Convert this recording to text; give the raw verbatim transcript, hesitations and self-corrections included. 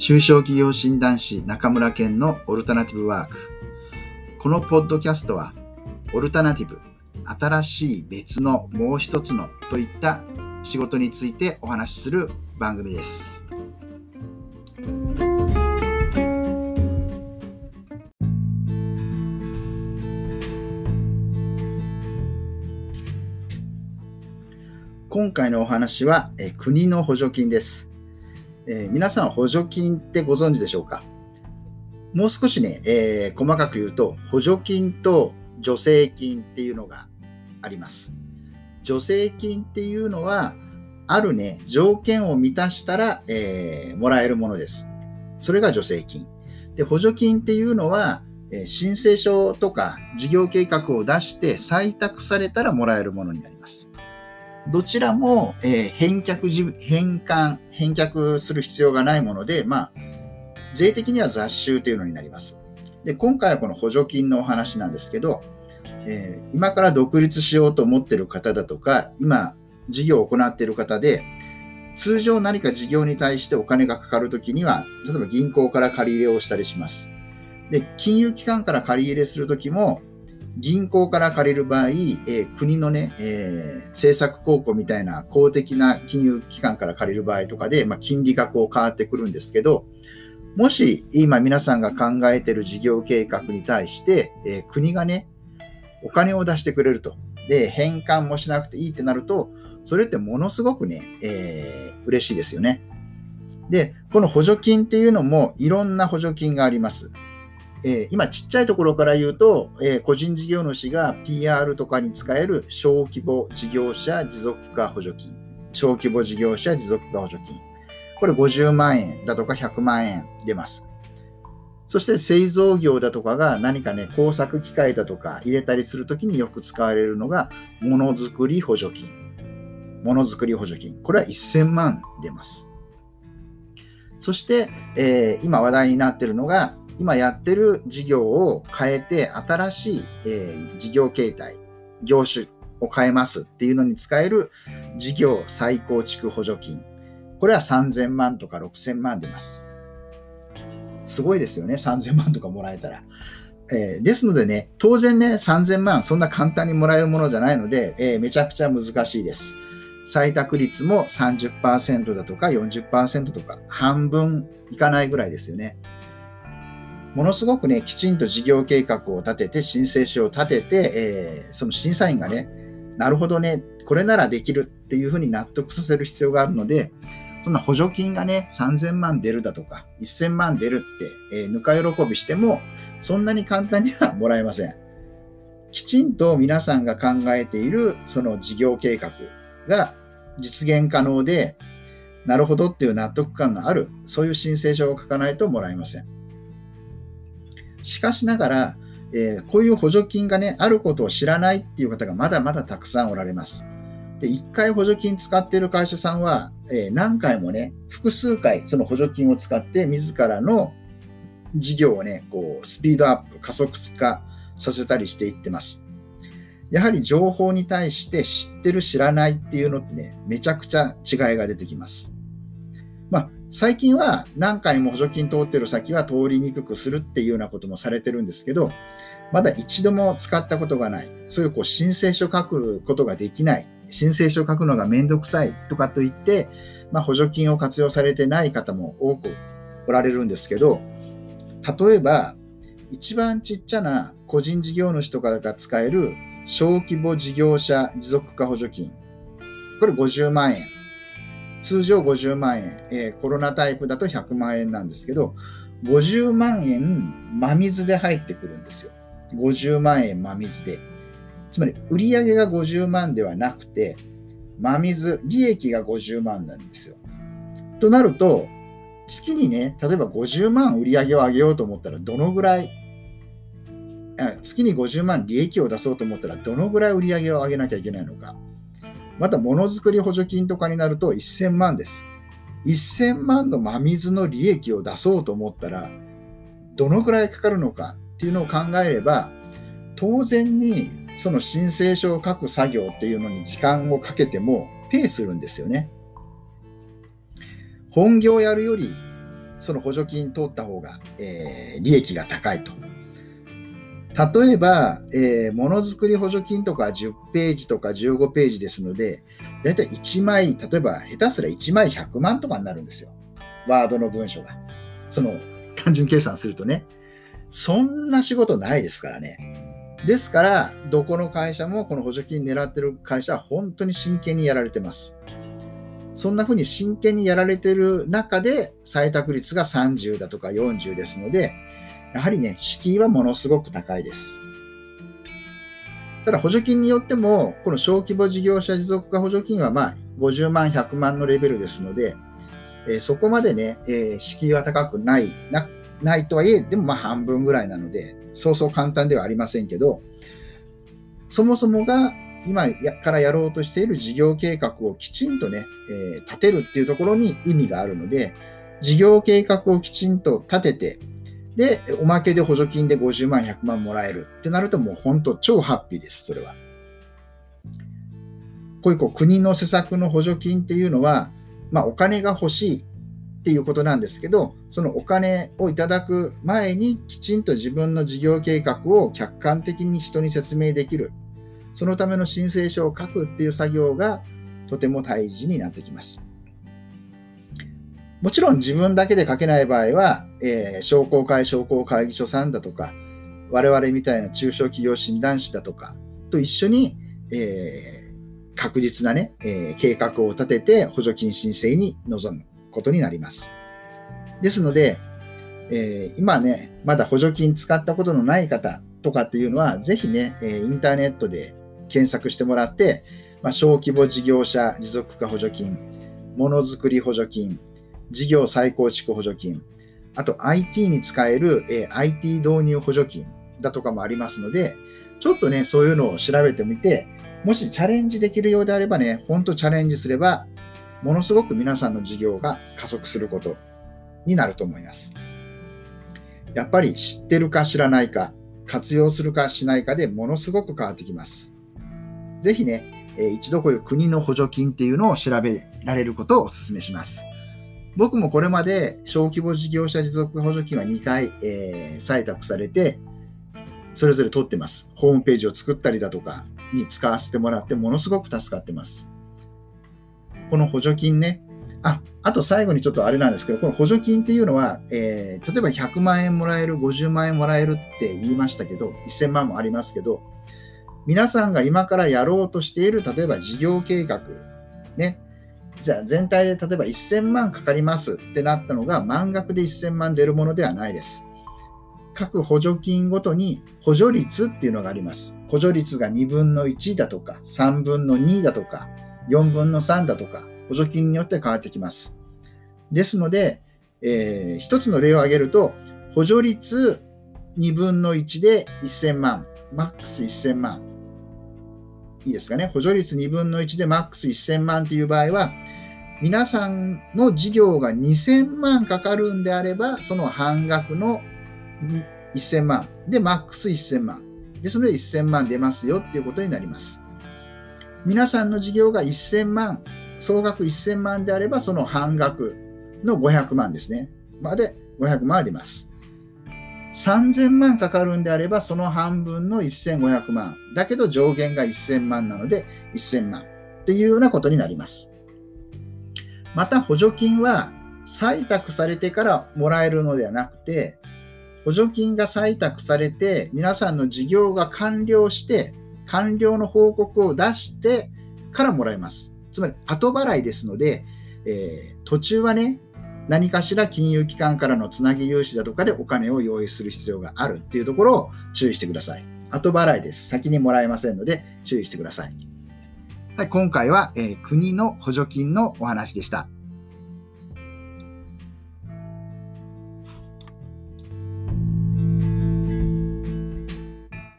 中小企業診断士中村健のオルタナティブワーク。このポッドキャストはオルタナティブ、新しい別のもう一つのといった仕事についてお話しする番組です。今回のお話はえ国の補助金です。えー、皆さん補助金ってご存知でしょうか？もう少しね、えー、細かく言うと補助金と助成金っていうのがあります。助成金っていうのはあるね条件を満たしたら、えー、もらえるものです。それが助成金で、補助金っていうのは、えー、申請書とか事業計画を出して採択されたらもらえるものになります。どちらも、えー、返却、返還、返却する必要がないもので、まあ、税的には雑収というのになります。で、今回はこの補助金のお話なんですけど、えー、今から独立しようと思っている方だとか、今、事業を行っている方で、通常何か事業に対してお金がかかるときには、例えば銀行から借り入れをしたりします。で、金融機関から借り入れするときも、銀行から借りる場合、えー、国のね、えー、政策公庫みたいな公的な金融機関から借りる場合とかで、まあ、金利がこう変わってくるんですけど、もし今皆さんが考えている事業計画に対して、えー、国がね、お金を出してくれると。で、返還もしなくていいってなると、それってものすごくね、えー、嬉しいですよね。で、この補助金っていうのもいろんな補助金があります。えー、今ちっちゃいところから言うと、えー、個人事業主が ピーアール とかに使える小規模事業者持続化補助金、小規模事業者持続化補助金、これごじゅうまんえんだとかひゃくまんえん出ます。そして製造業だとかが何かね、工作機械だとか入れたりするときによく使われるのがものづくり補助金、ものづくり補助金、これはせんまん出ます。そして、えー、今話題になっているのが、今やってる事業を変えて新しい、えー、事業形態、業種を変えますっていうのに使える事業再構築補助金。これはさんぜんまんとかろくせんまん出ます。すごいですよね。さんぜんまんとかもらえたら。えー、ですのでね、当然ね、さんぜんまんそんな簡単にもらえるものじゃないので、えー、めちゃくちゃ難しいです。採択率も さんじゅっパーセント だとか よんじゅっパーセント とか半分いかないぐらいですよね。ものすごくね、きちんと事業計画を立てて、申請書を立てて、えー、その審査員がね、なるほどね、これならできるっていうふうに納得させる必要があるので、そんな補助金がね、さんぜんまん出るだとか、せんまん出るって、えー、ぬか喜びしても、そんなに簡単にはもらえません。きちんと皆さんが考えているその事業計画が実現可能で、なるほどっていう納得感のある、そういう申請書を書かないともらえません。しかしながら、えー、こういう補助金がね、あることを知らないっていう方がまだまだたくさんおられます。で、いっかい補助金使っている会社さんは、えー、何回もね、複数回その補助金を使って自らの事業をね、こうスピードアップ、加速化させたりしていってます。やはり情報に対して知ってる知らないっていうのってね、めちゃくちゃ違いが出てきます。まあ最近は何回も補助金通ってる先は通りにくくするっていうようなこともされてるんですけど、まだ一度も使ったことがない、そういうこう申請書書くことができない、申請書書くのがめんどくさいとかといって、まあ、補助金を活用されてない方も多くおられるんですけど、例えば一番ちっちゃな個人事業主とかが使える小規模事業者持続化補助金、これごじゅうまんえん。通常ごじゅうまんえん、えー、コロナタイプだとひゃくまんえんなんですけど、ごじゅうまんえん真水で入ってくるんですよ。ごじゅうまんえん真水で。つまり売上がごじゅうまんではなくて、真水、利益がごじゅうまんなんですよ。となると、月にね、例えばごじゅうまん売上を上げようと思ったらどのぐらい、月にごじゅうまん利益を出そうと思ったらどのぐらい売上を上げなきゃいけないのか。また、ものづくり補助金とかになるとせんまんです。せんまんの真水の利益を出そうと思ったら、どのくらいかかるのかっていうのを考えれば、当然にその申請書を書く作業っていうのに時間をかけてもペイするんですよね。本業をやるよりその補助金取った方が、えー、利益が高いと。例えば、えー、ものづくり補助金とかじゅっページとかじゅうごページですので、だいたいいちまい、例えば下手すらいちまいひゃくまんとかになるんですよ。ワードの文章が。その単純計算するとね。そんな仕事ないですからね。ですから、どこの会社もこの補助金狙ってる会社は本当に真剣にやられてます。そんな風に真剣にやられてる中で採択率がさんじゅうだとかよんじゅうですので、やはりね、敷居はものすごく高いです。ただ補助金によっても、この小規模事業者持続化補助金はまあごじゅうまん、ひゃくまんのレベルですので、えー、そこまでね、えー、敷居は高くない、な、ないとはいえ、でもまあ半分ぐらいなので、そうそう簡単ではありませんけど、そもそもが今からやろうとしている事業計画をきちんとね、えー、立てるっていうところに意味があるので、事業計画をきちんと立てて、で、おまけで補助金でごじゅうまん、ひゃくまんもらえるってなるともう本当超ハッピーです、それは。こういうこう国の施策の補助金っていうのは、まあお金が欲しいっていうことなんですけど、そのお金をいただく前にきちんと自分の事業計画を客観的に人に説明できる。そのための申請書を書くっていう作業がとても大事になってきます。もちろん自分だけで書けない場合は、えー、商工会商工会議所さんだとか、我々みたいな中小企業診断士だとかと一緒に、えー、確実なね、えー、計画を立てて補助金申請に臨むことになります。ですので、えー、今ね、まだ補助金使ったことのない方とかっていうのは、ぜひね、インターネットで検索してもらって、まあ、小規模事業者持続化補助金、ものづくり補助金、事業再構築補助金、あと アイティー に使える、えー、アイティー 導入補助金だとかもありますので、ちょっとね、そういうのを調べてみて、もしチャレンジできるようであればね、本当チャレンジすれば、ものすごく皆さんの事業が加速することになると思います。やっぱり知ってるか知らないか、活用するかしないかでものすごく変わってきます。ぜひね、えー、一度こういう国の補助金っていうのを調べられることをお勧めします。僕もこれまで小規模事業者持続補助金はにかい、えー、採択されて、それぞれ取ってます。ホームページを作ったりだとかに使わせてもらってものすごく助かってます。この補助金ね、あ、あと最後にちょっとあれなんですけど、この補助金っていうのは、えー、例えばひゃくまんえんもらえる、ごじゅうまんえんもらえるって言いましたけど、せんまんもありますけど、皆さんが今からやろうとしている、例えば事業計画、ね、じゃあ全体で例えばせんまんかかりますってなったのが満額でせんまん出るものではないです。各補助金ごとに補助率っていうのがあります。補助率がにぶんのいちだとかさんぶんのにだとかよんぶんのさんだとか補助金によって変わってきます。ですので、えー、一つの例を挙げると補助率にぶんのいちでせんまん、マックスせんまん。いいですかね。補助率にぶんのいちでマックスせんまんという場合は、皆さんの事業がにせんまんかかるんであれば、その半額のせんまんでマックスせんまん。ですのでせんまん出ますよっていうことになります。皆さんの事業がせんまん、総額せんまんであれば、その半額のごひゃくまんですね。までごひゃくまんは出ます。さんぜんまんかかるんであれば、その半分のせんごひゃくまん。だけど上限がせんまんなのでせんまんというようなことになります。また補助金は採択されてからもらえるのではなくて、補助金が採択されて皆さんの事業が完了して、完了の報告を出してからもらえます。つまり後払いですので、えー、途中はね、何かしら金融機関からのつなぎ融資だとかでお金を用意する必要があるっていうところを注意してください。後払いです。先にもらえませんので注意してください。はい、今回は、えー、国の補助金のお話でした。